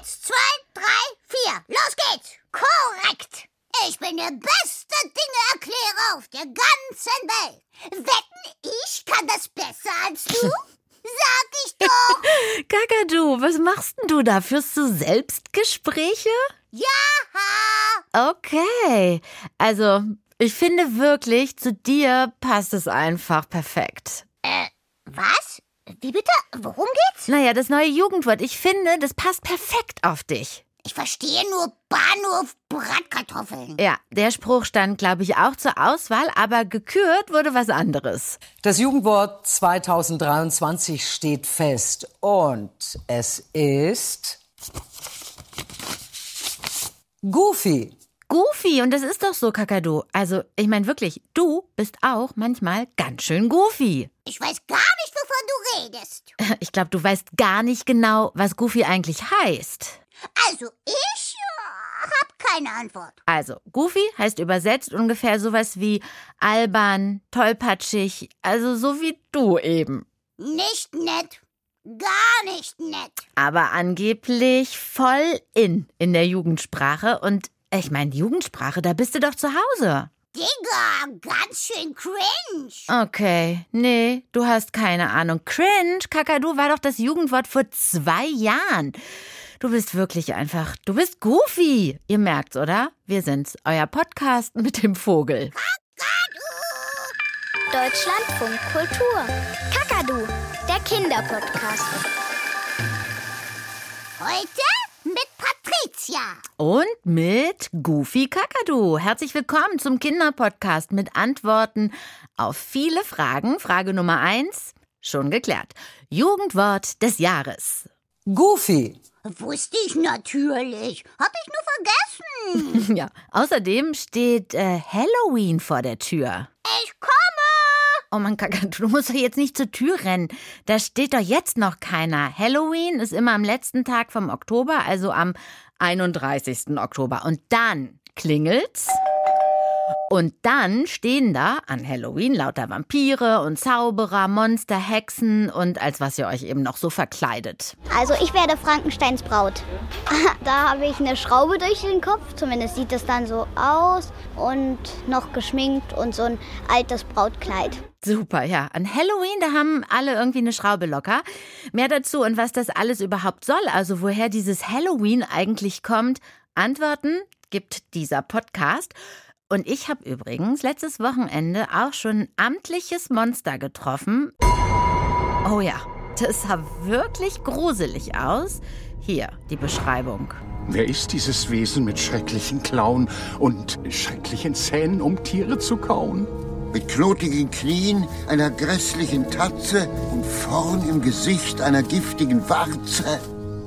1, 2, 3, 4. Los geht's. Korrekt. Ich bin der beste Dinge-Erklärer auf der ganzen Welt. Wetten, ich kann das besser als du? Sag ich doch. Kakadu, was machst denn du da? Führst du Selbstgespräche? Ja. Okay. Also, ich finde wirklich, zu dir passt es einfach perfekt. Was? Wie bitte? Worum geht's? Naja, das neue Jugendwort. Ich finde, das passt perfekt auf dich. Ich verstehe nur Bahnhof Bratkartoffeln. Ja, der Spruch stand, glaube ich, auch zur Auswahl, aber gekürt wurde was anderes. Das Jugendwort 2023 steht fest und es ist Goofy. Goofy, und das ist doch so, Kakadu. Also, ich meine wirklich, du bist auch manchmal ganz schön goofy. Ich weiß gar nicht, wovon du redest. Ich glaube, du weißt gar nicht genau, was Goofy eigentlich heißt. Also, ich hab keine Antwort. Also, Goofy heißt übersetzt ungefähr sowas wie albern, tollpatschig, also so wie du eben. Nicht nett. Gar nicht nett. Aber angeblich voll in der Jugendsprache. Und ich meine, Jugendsprache, da bist du doch zu Hause. Digga, ganz schön cringe. Okay, nee, du hast keine Ahnung. Cringe, Kakadu, war doch das Jugendwort vor 2 Jahren. Du bist wirklich einfach, du bist goofy. Ihr merkt's, oder? Wir sind's, euer Podcast mit dem Vogel. Deutschlandfunk Kultur. Kakadu, der Kinderpodcast. Heute mit Patricia. Und mit Goofy Kakadu. Herzlich willkommen zum Kinderpodcast mit Antworten auf viele Fragen. Frage Nummer 1, schon geklärt. Jugendwort des Jahres. Goofy. Wusste ich natürlich. Hab ich nur vergessen. Ja, außerdem steht Halloween vor der Tür. Ich komme. Oh Mann, Kakadu, du musst doch jetzt nicht zur Tür rennen. Da steht doch jetzt noch keiner. Halloween ist immer am letzten Tag vom Oktober, also am 31. Oktober. Und dann klingelt's. Und dann stehen da an Halloween lauter Vampire und Zauberer, Monster, Hexen und als was ihr euch eben noch so verkleidet. Also ich werde Frankensteins Braut. Da habe ich eine Schraube durch den Kopf, zumindest sieht es dann so aus und noch geschminkt und so ein altes Brautkleid. Super, ja. An Halloween, da haben alle irgendwie eine Schraube locker. Mehr dazu und was das alles überhaupt soll, also woher dieses Halloween eigentlich kommt, Antworten gibt dieser Podcast. Und ich habe übrigens letztes Wochenende auch schon ein amtliches Monster getroffen. Oh ja, das sah wirklich gruselig aus. Hier, die Beschreibung. Wer ist dieses Wesen mit schrecklichen Klauen und schrecklichen Zähnen, um Tiere zu kauen? Mit knotigen Knien, einer grässlichen Tatze und vorn im Gesicht einer giftigen Warze.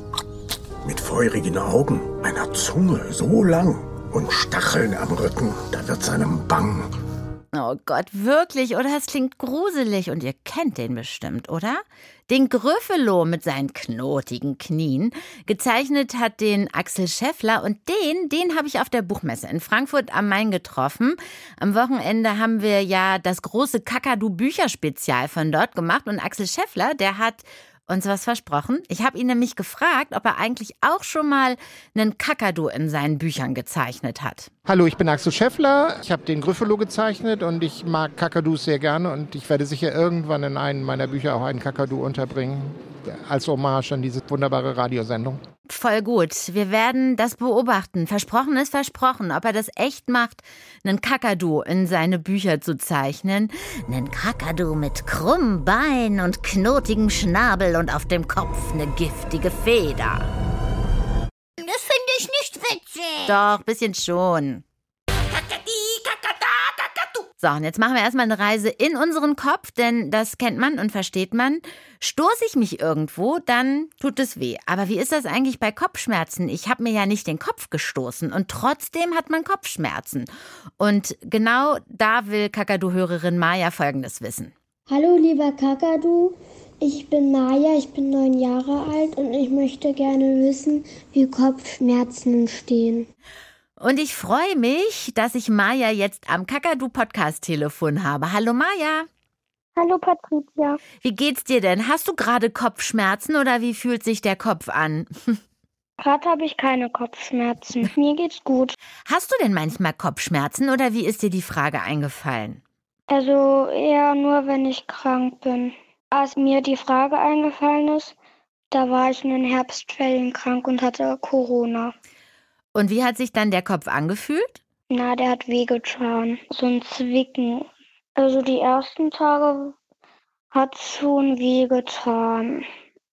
Mit feurigen Augen, einer Zunge so lang und Stacheln am Rücken, da wird's einem bang. Oh Gott, wirklich, oder? Es klingt gruselig und ihr kennt den bestimmt, oder? Den Gryffalo mit seinen knotigen Knien. Gezeichnet hat den Axel Scheffler und den habe ich auf der Buchmesse in Frankfurt am Main getroffen. Am Wochenende haben wir ja das große Kakadu-Bücherspezial von dort gemacht und Axel Scheffler, der hat uns was versprochen. Ich habe ihn nämlich gefragt, ob er eigentlich auch schon mal einen Kakadu in seinen Büchern gezeichnet hat. Hallo, ich bin Axel Scheffler. Ich habe den Gryffalo gezeichnet und ich mag Kakadus sehr gerne und ich werde sicher irgendwann in einem meiner Bücher auch einen Kakadu unterbringen, als Hommage an diese wunderbare Radiosendung. Voll gut. Wir werden das beobachten. Versprochen ist versprochen. Ob er das echt macht, einen Kakadu in seine Bücher zu zeichnen. Einen Kakadu mit krummem Bein und knotigem Schnabel und auf dem Kopf eine giftige Feder. Das finde ich nicht witzig. Doch, bisschen schon. So, und jetzt machen wir erstmal eine Reise in unseren Kopf, denn das kennt man und versteht man. Stoße ich mich irgendwo, dann tut es weh. Aber wie ist das eigentlich bei Kopfschmerzen? Ich habe mir ja nicht den Kopf gestoßen und trotzdem hat man Kopfschmerzen. Und genau da will Kakadu-Hörerin Maja Folgendes wissen. Hallo lieber Kakadu, ich bin Maja, ich bin 9 Jahre alt und ich möchte gerne wissen, wie Kopfschmerzen entstehen. Und ich freue mich, dass ich Maja jetzt am Kakadu-Podcast-Telefon habe. Hallo Maja. Hallo Patricia. Wie geht's dir denn? Hast du gerade Kopfschmerzen oder wie fühlt sich der Kopf an? Gerade habe ich keine Kopfschmerzen. Mir geht's gut. Hast du denn manchmal Kopfschmerzen oder wie ist dir die Frage eingefallen? Also eher nur, wenn ich krank bin. Als mir die Frage eingefallen ist, da war ich in den Herbstferien krank und hatte Corona. Und wie hat sich dann der Kopf angefühlt? Na, der hat wehgetan. So ein Zwicken. Also die ersten Tage hat schon wehgetan.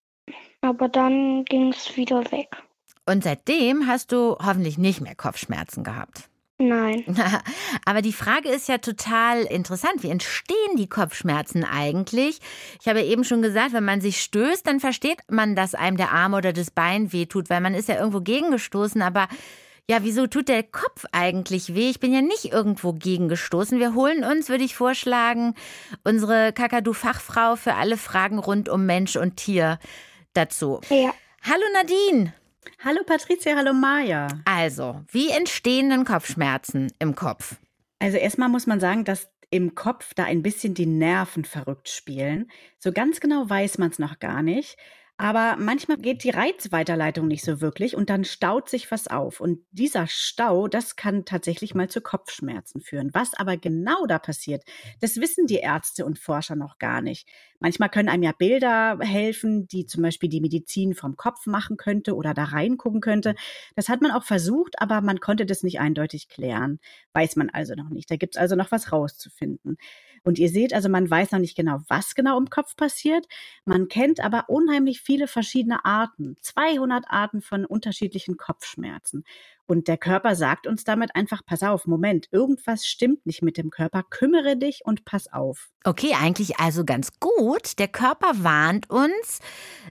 Aber dann ging es wieder weg. Und seitdem hast du hoffentlich nicht mehr Kopfschmerzen gehabt. Nein. Aber die Frage ist ja total interessant. Wie entstehen die Kopfschmerzen eigentlich? Ich habe ja eben schon gesagt, wenn man sich stößt, dann versteht man, dass einem der Arm oder das Bein wehtut, weil man ist ja irgendwo gegengestoßen. Aber ja, wieso tut der Kopf eigentlich weh? Ich bin ja nicht irgendwo gegengestoßen. Wir holen uns, würde ich vorschlagen, unsere Kakadu-Fachfrau für alle Fragen rund um Mensch und Tier dazu. Ja. Hallo Nadine. Hallo Patricia, hallo Maja. Also, wie entstehen denn Kopfschmerzen im Kopf? Also erstmal muss man sagen, dass im Kopf da ein bisschen die Nerven verrückt spielen. So ganz genau weiß man es noch gar nicht. Aber manchmal geht die Reizweiterleitung nicht so wirklich und dann staut sich was auf. Und dieser Stau, das kann tatsächlich mal zu Kopfschmerzen führen. Was aber genau da passiert, das wissen die Ärzte und Forscher noch gar nicht. Manchmal können einem ja Bilder helfen, die zum Beispiel die Medizin vom Kopf machen könnte oder da reingucken könnte. Das hat man auch versucht, aber man konnte das nicht eindeutig klären. Weiß man also noch nicht. Da gibt es also noch was rauszufinden. Und ihr seht, also man weiß noch nicht genau, was genau im Kopf passiert. Man kennt aber unheimlich viele verschiedene Arten, 200 Arten von unterschiedlichen Kopfschmerzen. Und der Körper sagt uns damit einfach, pass auf, Moment, irgendwas stimmt nicht mit dem Körper, kümmere dich und pass auf. Okay, eigentlich also ganz gut. Der Körper warnt uns.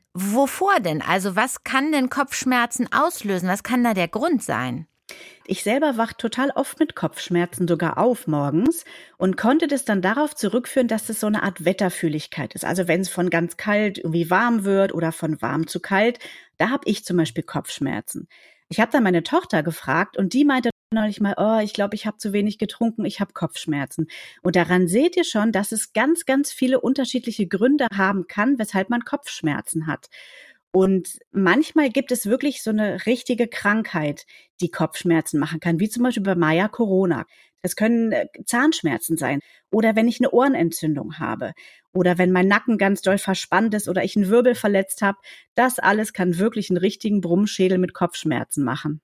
Wovor denn? Also was kann denn Kopfschmerzen auslösen? Was kann da der Grund sein? Ich selber wache total oft mit Kopfschmerzen sogar auf morgens und konnte das dann darauf zurückführen, dass es so eine Art Wetterfühligkeit ist. Also wenn es von ganz kalt irgendwie warm wird oder von warm zu kalt, da habe ich zum Beispiel Kopfschmerzen. Ich habe dann meine Tochter gefragt und die meinte neulich mal, oh, ich glaube, ich habe zu wenig getrunken, ich habe Kopfschmerzen. Und daran seht ihr schon, dass es ganz, ganz viele unterschiedliche Gründe haben kann, weshalb man Kopfschmerzen hat. Und manchmal gibt es wirklich so eine richtige Krankheit, die Kopfschmerzen machen kann, wie zum Beispiel bei Maja Corona. Das können Zahnschmerzen sein oder wenn ich eine Ohrenentzündung habe oder wenn mein Nacken ganz doll verspannt ist oder ich einen Wirbel verletzt habe. Das alles kann wirklich einen richtigen Brummschädel mit Kopfschmerzen machen.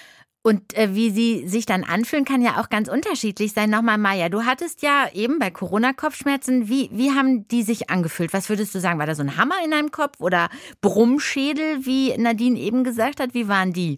Und wie sie sich dann anfühlen, kann ja auch ganz unterschiedlich sein. Nochmal, Maja, du hattest ja eben bei Corona Kopfschmerzen. Wie haben die sich angefühlt? Was würdest du sagen? War da so ein Hammer in deinem Kopf oder Brummschädel, wie Nadine eben gesagt hat? Wie waren die?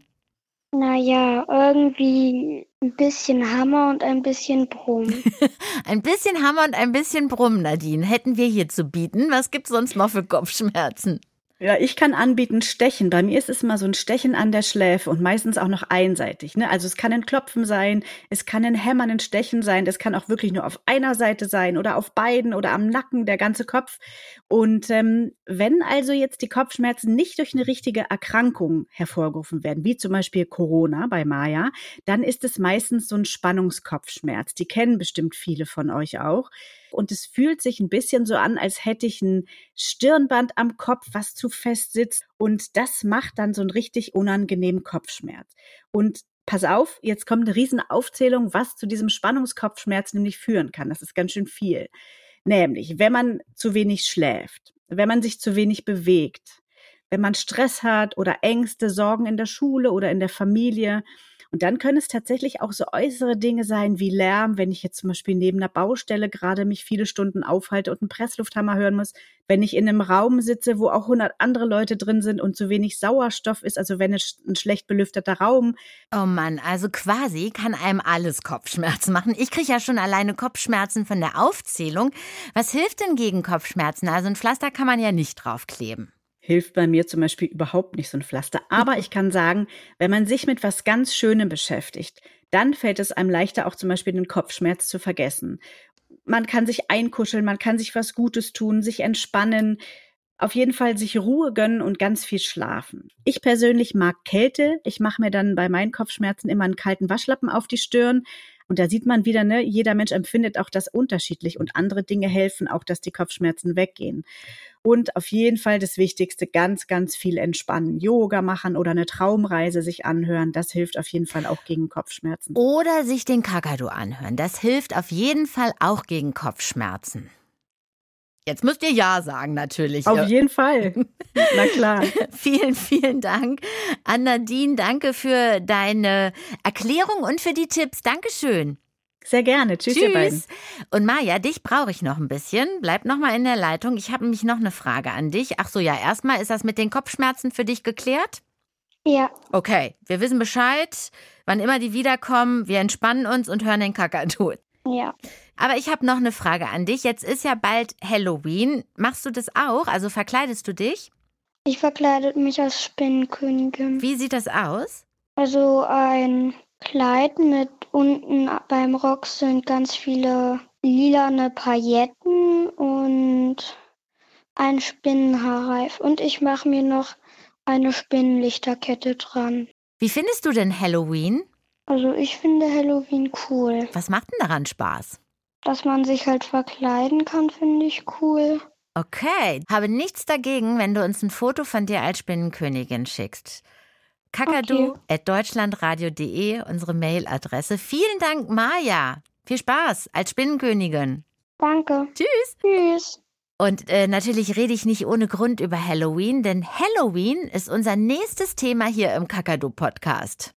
Naja, irgendwie ein bisschen Hammer und ein bisschen Brumm. Ein bisschen Hammer und ein bisschen Brumm, Nadine. Hätten wir hier zu bieten. Was gibt's sonst noch für Kopfschmerzen? Ja, ich kann anbieten Stechen. Bei mir ist es immer so ein Stechen an der Schläfe und meistens auch noch einseitig. Ne? Also es kann ein Klopfen sein, es kann ein Hämmern, ein Stechen sein, das kann auch wirklich nur auf einer Seite sein oder auf beiden oder am Nacken, der ganze Kopf. Und wenn also jetzt die Kopfschmerzen nicht durch eine richtige Erkrankung hervorgerufen werden, wie zum Beispiel Corona bei Maja, dann ist es meistens so ein Spannungskopfschmerz. Die kennen bestimmt viele von euch auch. Und es fühlt sich ein bisschen so an, als hätte ich ein Stirnband am Kopf, was zu fest sitzt. Und das macht dann so einen richtig unangenehmen Kopfschmerz. Und pass auf, jetzt kommt eine riesen Aufzählung, was zu diesem Spannungskopfschmerz nämlich führen kann. Das ist ganz schön viel. Nämlich, wenn man zu wenig schläft, wenn man sich zu wenig bewegt, wenn man Stress hat oder Ängste, Sorgen in der Schule oder in der Familie. Und dann können es tatsächlich auch so äußere Dinge sein wie Lärm, wenn ich jetzt zum Beispiel neben einer Baustelle gerade mich viele Stunden aufhalte und einen Presslufthammer hören muss, wenn ich in einem Raum sitze, wo auch 100 andere Leute drin sind und zu wenig Sauerstoff ist, also wenn es ein schlecht belüfteter Raum. Oh Mann, also quasi kann einem alles Kopfschmerzen machen. Ich kriege ja schon alleine Kopfschmerzen von der Aufzählung. Was hilft denn gegen Kopfschmerzen? Also ein Pflaster kann man ja nicht draufkleben. Hilft bei mir zum Beispiel überhaupt nicht so ein Pflaster. Aber ich kann sagen, wenn man sich mit was ganz Schönem beschäftigt, dann fällt es einem leichter, auch zum Beispiel den Kopfschmerz zu vergessen. Man kann sich einkuscheln, man kann sich was Gutes tun, sich entspannen, auf jeden Fall sich Ruhe gönnen und ganz viel schlafen. Ich persönlich mag Kälte. Ich mache mir dann bei meinen Kopfschmerzen immer einen kalten Waschlappen auf die Stirn. Und da sieht man wieder, ne, jeder Mensch empfindet auch das unterschiedlich und andere Dinge helfen auch, dass die Kopfschmerzen weggehen. Und auf jeden Fall das Wichtigste, ganz, ganz viel entspannen. Yoga machen oder eine Traumreise sich anhören, das hilft auf jeden Fall auch gegen Kopfschmerzen. Oder sich den Kakadu anhören, das hilft auf jeden Fall auch gegen Kopfschmerzen. Jetzt müsst ihr Ja sagen, natürlich. Auf jeden Fall. Na klar. Vielen, vielen Dank an Nadine. Danke für deine Erklärung und für die Tipps. Dankeschön. Sehr gerne. Tschüss, ihr beiden. Und Maja, dich brauche ich noch ein bisschen. Bleib noch mal in der Leitung. Ich habe nämlich noch eine Frage an dich. Ach so, ja, erstmal, ist das mit den Kopfschmerzen für dich geklärt? Ja. Okay, wir wissen Bescheid. Wann immer die wiederkommen, wir entspannen uns und hören den Kakadu. Ja. Aber ich habe noch eine Frage an dich. Jetzt ist ja bald Halloween. Machst du das auch? Also verkleidest du dich? Ich verkleide mich als Spinnenkönigin. Wie sieht das aus? Also ein Kleid mit unten beim Rock sind ganz viele lilane Pailletten und ein Spinnenhaarreif. Und ich mache mir noch eine Spinnenlichterkette dran. Wie findest du denn Halloween? Also ich finde Halloween cool. Was macht denn daran Spaß? Dass man sich halt verkleiden kann, finde ich cool. Okay, habe nichts dagegen, wenn du uns ein Foto von dir als Spinnenkönigin schickst. kakadu@deutschlandradio.de, unsere Mailadresse. Vielen Dank, Maja. Viel Spaß als Spinnenkönigin. Danke. Tschüss. Tschüss. Und natürlich rede ich nicht ohne Grund über Halloween, denn Halloween ist unser nächstes Thema hier im Kakadu-Podcast.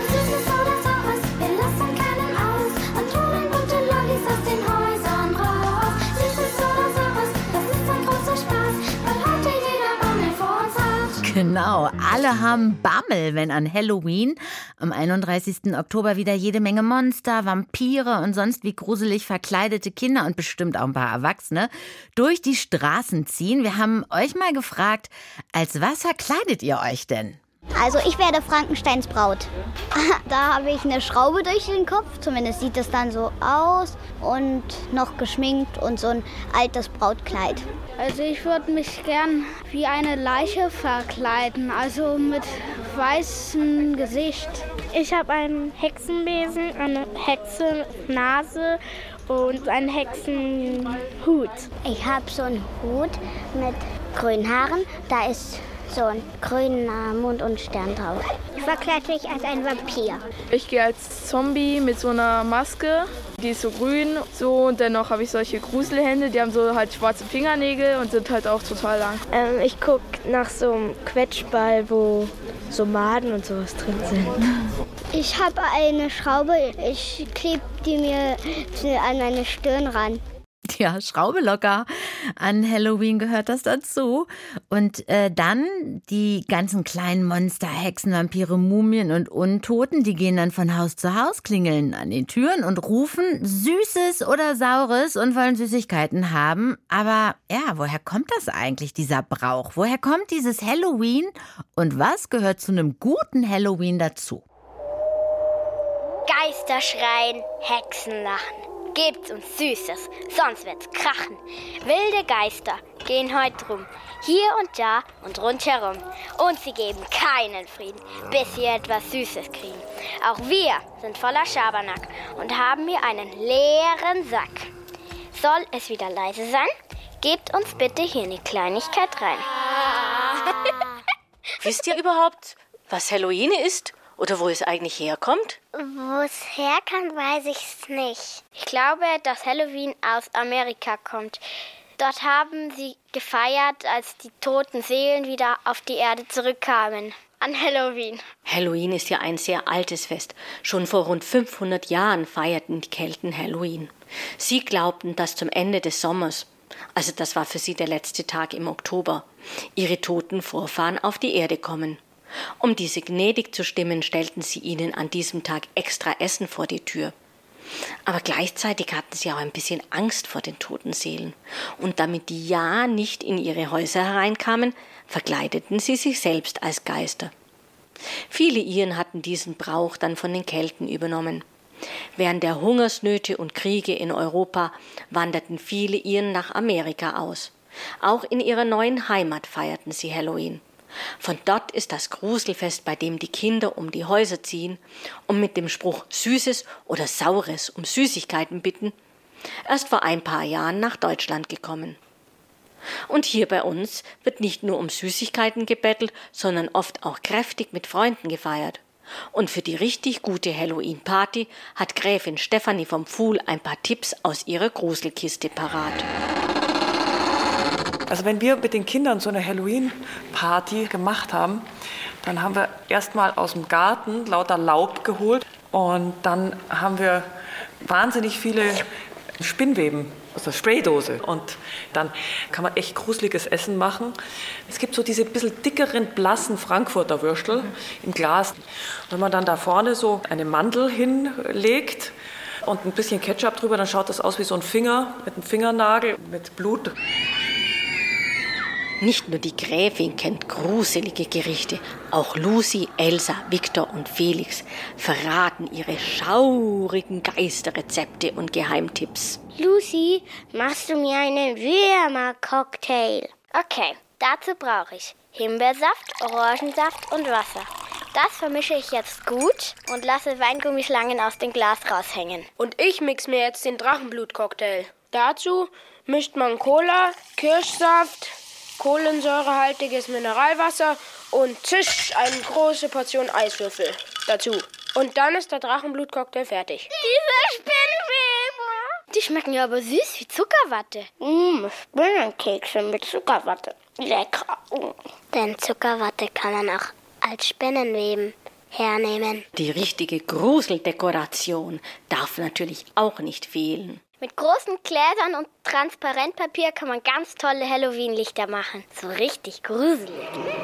Genau, alle haben Bammel, wenn an Halloween am 31. Oktober wieder jede Menge Monster, Vampire und sonst wie gruselig verkleidete Kinder und bestimmt auch ein paar Erwachsene durch die Straßen ziehen. Wir haben euch mal gefragt, als was verkleidet ihr euch denn? Also ich werde Frankensteins Braut. Da habe ich eine Schraube durch den Kopf, zumindest sieht es dann so aus und noch geschminkt und so ein altes Brautkleid. Also ich würde mich gern wie eine Leiche verkleiden, also mit weißem Gesicht. Ich habe einen Hexenbesen, eine Hexennase und einen Hexenhut. Ich habe so einen Hut mit grünen Haaren, da ist so ein grüner Mond und Stern drauf. Ich verkleide mich als ein Vampir. Ich gehe als Zombie mit so einer Maske, die ist so grün. So, und dennoch habe ich solche Gruselhände, die haben so halt schwarze Fingernägel und sind halt auch total lang. Ich gucke nach so einem Quetschball, wo so Maden und sowas drin sind. Ich habe eine Schraube, ich klebe die mir an meine Stirn ran. Ja, Schraube locker. An Halloween gehört das dazu. Und dann die ganzen kleinen Monster, Hexen, Vampire, Mumien und Untoten, die gehen dann von Haus zu Haus, klingeln an den Türen und rufen Süßes oder Saures und wollen Süßigkeiten haben. Aber ja, woher kommt das eigentlich, dieser Brauch? Woher kommt dieses Halloween? Und was gehört zu einem guten Halloween dazu? Geisterschreien, Hexenlachen. Gebt's uns Süßes, sonst wird's krachen. Wilde Geister gehen heute rum, hier und da und rundherum. Und sie geben keinen Frieden, bis sie etwas Süßes kriegen. Auch wir sind voller Schabernack und haben hier einen leeren Sack. Soll es wieder leise sein? Gebt uns bitte hier eine Kleinigkeit rein. Wisst ihr überhaupt, was Halloween ist? Oder wo es eigentlich herkommt? Wo es herkommt, weiß ich's nicht. Ich glaube, dass Halloween aus Amerika kommt. Dort haben sie gefeiert, als die toten Seelen wieder auf die Erde zurückkamen. An Halloween. Halloween ist ja ein sehr altes Fest. Schon vor rund 500 Jahren feierten die Kelten Halloween. Sie glaubten, dass zum Ende des Sommers, also das war für sie der letzte Tag im Oktober, ihre toten Vorfahren auf die Erde kommen. Um diese gnädig zu stimmen, stellten sie ihnen an diesem Tag extra Essen vor die Tür. Aber gleichzeitig hatten sie auch ein bisschen Angst vor den toten Seelen. Und damit die ja nicht in ihre Häuser hereinkamen, verkleideten sie sich selbst als Geister. Viele Iren hatten diesen Brauch dann von den Kelten übernommen. Während der Hungersnöte und Kriege in Europa wanderten viele Iren nach Amerika aus. Auch in ihrer neuen Heimat feierten sie Halloween. Von dort ist das Gruselfest, bei dem die Kinder um die Häuser ziehen und mit dem Spruch Süßes oder Saures um Süßigkeiten bitten, erst vor ein paar Jahren nach Deutschland gekommen. Und hier bei uns wird nicht nur um Süßigkeiten gebettelt, sondern oft auch kräftig mit Freunden gefeiert. Und für die richtig gute Halloween-Party hat Gräfin Stefanie vom Pfuhl ein paar Tipps aus ihrer Gruselkiste parat. Also wenn wir mit den Kindern so eine Halloween-Party gemacht haben, dann haben wir erstmal aus dem Garten lauter Laub geholt und dann haben wir wahnsinnig viele Spinnweben aus der Spraydose und dann kann man echt gruseliges Essen machen. Es gibt so diese bisschen dickeren, blassen Frankfurter Würstel im Glas. Wenn man dann da vorne so eine Mandel hinlegt und ein bisschen Ketchup drüber, dann schaut das aus wie so ein Finger mit einem Fingernagel mit Blut. Nicht nur die Gräfin kennt gruselige Gerichte, auch Lucy, Elsa, Viktor und Felix verraten ihre schaurigen Geisterrezepte und Geheimtipps. Lucy, machst du mir einen Würmer-Cocktail? Okay, dazu brauche ich Himbeersaft, Orangensaft und Wasser. Das vermische ich jetzt gut und lasse Weingummischlangen aus dem Glas raushängen. Und ich mix mir jetzt den Drachenblut-Cocktail. Dazu mischt man Cola, Kirschsaft, kohlensäurehaltiges Mineralwasser und zisch eine große Portion Eiswürfel dazu. Und dann ist der Drachenblut-Cocktail fertig. Diese Spinnweben! Die schmecken ja aber süß wie Zuckerwatte. Spinnenkekse mit Zuckerwatte. Lecker. Denn Zuckerwatte kann man auch als Spinnenweben hernehmen. Die richtige Gruseldekoration darf natürlich auch nicht fehlen. Mit großen Gläsern und Transparentpapier kann man ganz tolle Halloween-Lichter machen. So richtig gruselig.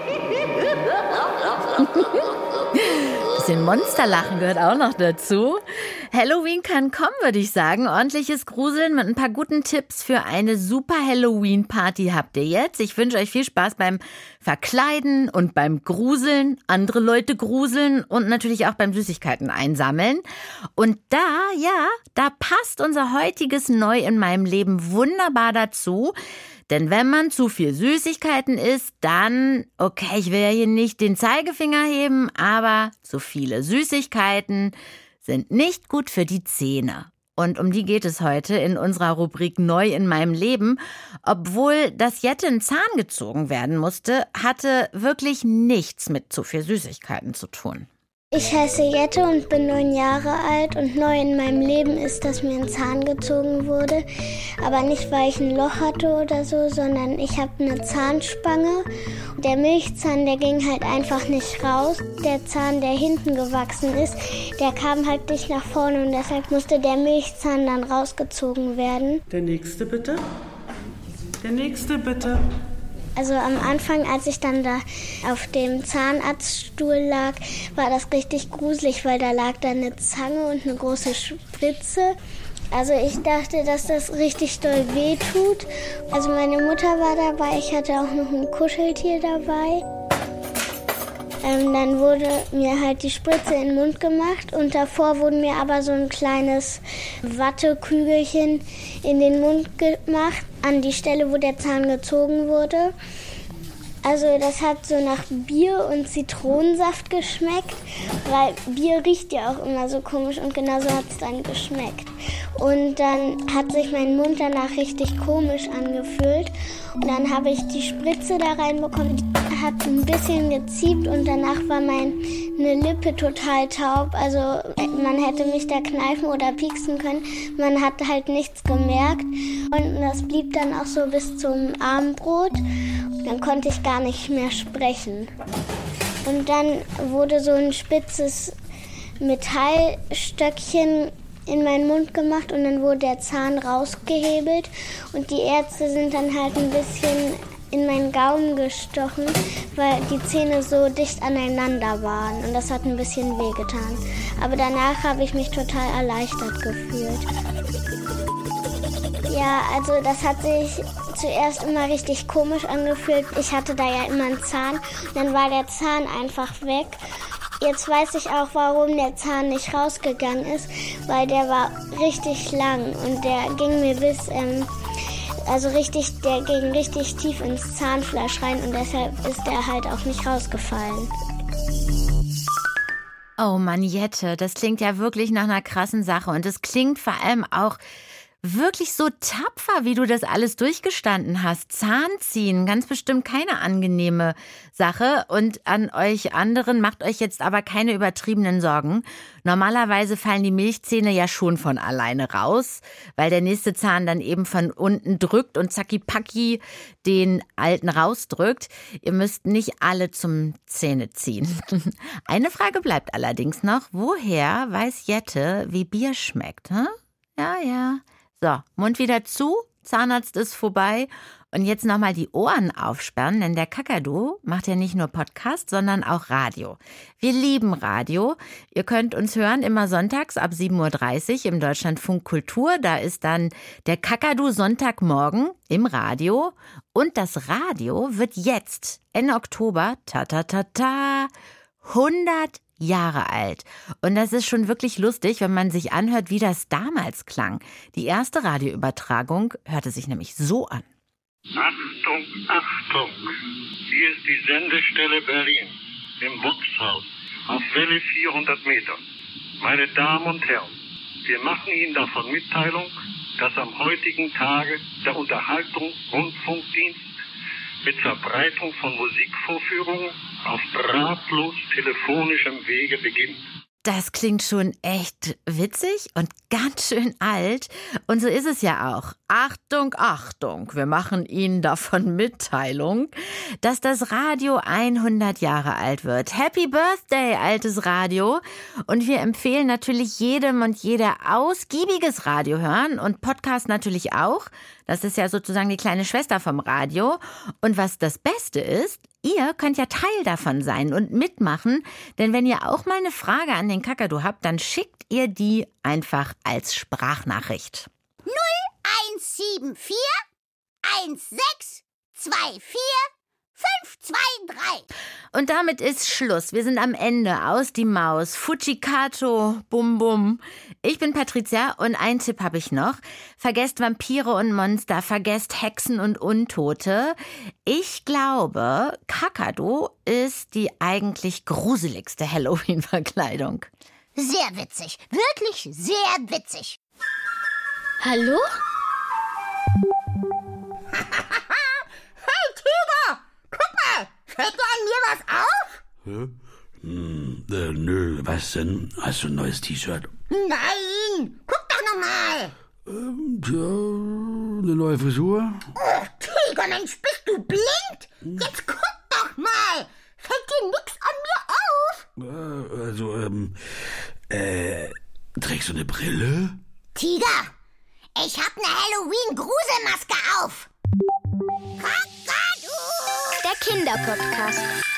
Bisschen Monsterlachen gehört auch noch dazu. Halloween kann kommen, würde ich sagen. Ordentliches Gruseln mit ein paar guten Tipps für eine super Halloween-Party habt ihr jetzt. Ich wünsche euch viel Spaß beim Verkleiden und beim Gruseln, andere Leute gruseln und natürlich auch beim Süßigkeiten einsammeln. Und da passt unser heutiges Neu in meinem Leben wunderbar dazu. Denn wenn man zu viel Süßigkeiten isst, dann, okay, ich will ja hier nicht den Zeigefinger heben, aber zu viele Süßigkeiten sind nicht gut für die Zähne. Und um die geht es heute in unserer Rubrik Neu in meinem Leben. Obwohl das Jette ein Zahn gezogen werden musste, hatte wirklich nichts mit zu viel Süßigkeiten zu tun. Ich heiße Jette und bin 9 Jahre alt und neu in meinem Leben ist, dass mir ein Zahn gezogen wurde. Aber nicht, weil ich ein Loch hatte oder so, sondern ich habe eine Zahnspange. Der Milchzahn, der ging halt einfach nicht raus. Der Zahn, der hinten gewachsen ist, der kam halt nicht nach vorne und deshalb musste der Milchzahn dann rausgezogen werden. Der nächste bitte. Der nächste bitte. Also am Anfang, als ich dann da auf dem Zahnarztstuhl lag, war das richtig gruselig, weil da lag da eine Zange und eine große Spritze. Also ich dachte, dass das richtig doll weh tut. Also meine Mutter war dabei, ich hatte auch noch ein Kuscheltier dabei. Dann wurde mir halt die Spritze in den Mund gemacht und davor wurde mir aber so ein kleines Wattekügelchen in den Mund gemacht, an die Stelle, wo der Zahn gezogen wurde. Also das hat so nach Bier und Zitronensaft geschmeckt, weil Bier riecht ja auch immer so komisch und genauso hat es dann geschmeckt. Und dann hat sich mein Mund danach richtig komisch angefühlt und dann habe ich die Spritze da reinbekommen, die hat ein bisschen geziebt und danach war meine Lippe total taub. Also man hätte mich da kneifen oder pieksen können, man hat halt nichts gemerkt und das blieb dann auch so bis zum Abendbrot. Dann konnte ich gar nicht mehr sprechen. Und dann wurde so ein spitzes Metallstöckchen in meinen Mund gemacht und dann wurde der Zahn rausgehebelt. Und die Ärzte sind dann halt ein bisschen in meinen Gaumen gestochen, weil die Zähne so dicht aneinander waren. Und das hat ein bisschen wehgetan. Aber danach habe ich mich total erleichtert gefühlt. Ja, also das hat sich zuerst immer richtig komisch angefühlt. Ich hatte da ja immer einen Zahn und dann war der Zahn einfach weg. Jetzt weiß ich auch, warum der Zahn nicht rausgegangen ist, weil der war richtig lang und der ging mir bis Also richtig, der ging richtig tief ins Zahnfleisch rein und deshalb ist der halt auch nicht rausgefallen. Oh Mann, Jette, das klingt ja wirklich nach einer krassen Sache und es klingt vor allem auch wirklich so tapfer, wie du das alles durchgestanden hast. Zahnziehen, ganz bestimmt keine angenehme Sache. Und an euch anderen macht euch jetzt aber keine übertriebenen Sorgen. Normalerweise fallen die Milchzähne ja schon von alleine raus, weil der nächste Zahn dann eben von unten drückt und zacki-packi den alten rausdrückt. Ihr müsst nicht alle zum Zähneziehen. Eine Frage bleibt allerdings noch. Woher weiß Jette, wie Bier schmeckt? Hm? Ja. So, Mund wieder zu, Zahnarzt ist vorbei und jetzt nochmal die Ohren aufsperren, denn der Kakadu macht ja nicht nur Podcast, sondern auch Radio. Wir lieben Radio. Ihr könnt uns hören immer sonntags ab 7.30 Uhr im Deutschlandfunk Kultur. Da ist dann der Kakadu Sonntagmorgen im Radio und das Radio wird jetzt Ende Oktober 100 Jahre alt. Und das ist schon wirklich lustig, wenn man sich anhört, wie das damals klang. Die erste Radioübertragung hörte sich nämlich so an. Achtung, Achtung! Hier ist die Sendestelle Berlin im Wuchshaus auf Welle 400 Meter. Meine Damen und Herren, wir machen Ihnen davon Mitteilung, dass am heutigen Tage der Unterhaltungsrundfunkdienst mit Verbreitung von Musikvorführungen auf drahtlos telefonischem Wege beginnt. Das klingt schon echt witzig und ganz schön alt. Und so ist es ja auch. Achtung, Achtung, wir machen Ihnen davon Mitteilung, dass das Radio 100 Jahre alt wird. Happy Birthday, altes Radio. Und wir empfehlen natürlich jedem und jeder ausgiebiges Radio hören und Podcast natürlich auch. Das ist ja sozusagen die kleine Schwester vom Radio. Und was das Beste ist, ihr könnt ja Teil davon sein und mitmachen, denn wenn ihr auch mal eine Frage an den Kakadu habt, dann schickt ihr die einfach als Sprachnachricht. 0174 1624 523. Und damit ist Schluss. Wir sind am Ende. Aus die Maus. Fujikato, bum bum. Ich bin Patricia und einen Tipp habe ich noch. Vergesst Vampire und Monster, vergesst Hexen und Untote. Ich glaube, Kakadu ist die eigentlich gruseligste Halloween-Verkleidung. Sehr witzig. Wirklich sehr witzig. Hallo? Hey, Tiger! Guck mal! Fällt dir an mir was auf? Nö, was denn? Hast du ein neues T-Shirt? Nein! Guck doch nochmal! Tja, eine neue Frisur? Oh, Tiger, Mensch, bist du blind? Jetzt guck doch mal! Fällt dir nix an mir auf? Trägst du eine Brille? Tiger, ich hab eine Halloween-Gruselmaske auf. Der Kinderpodcast.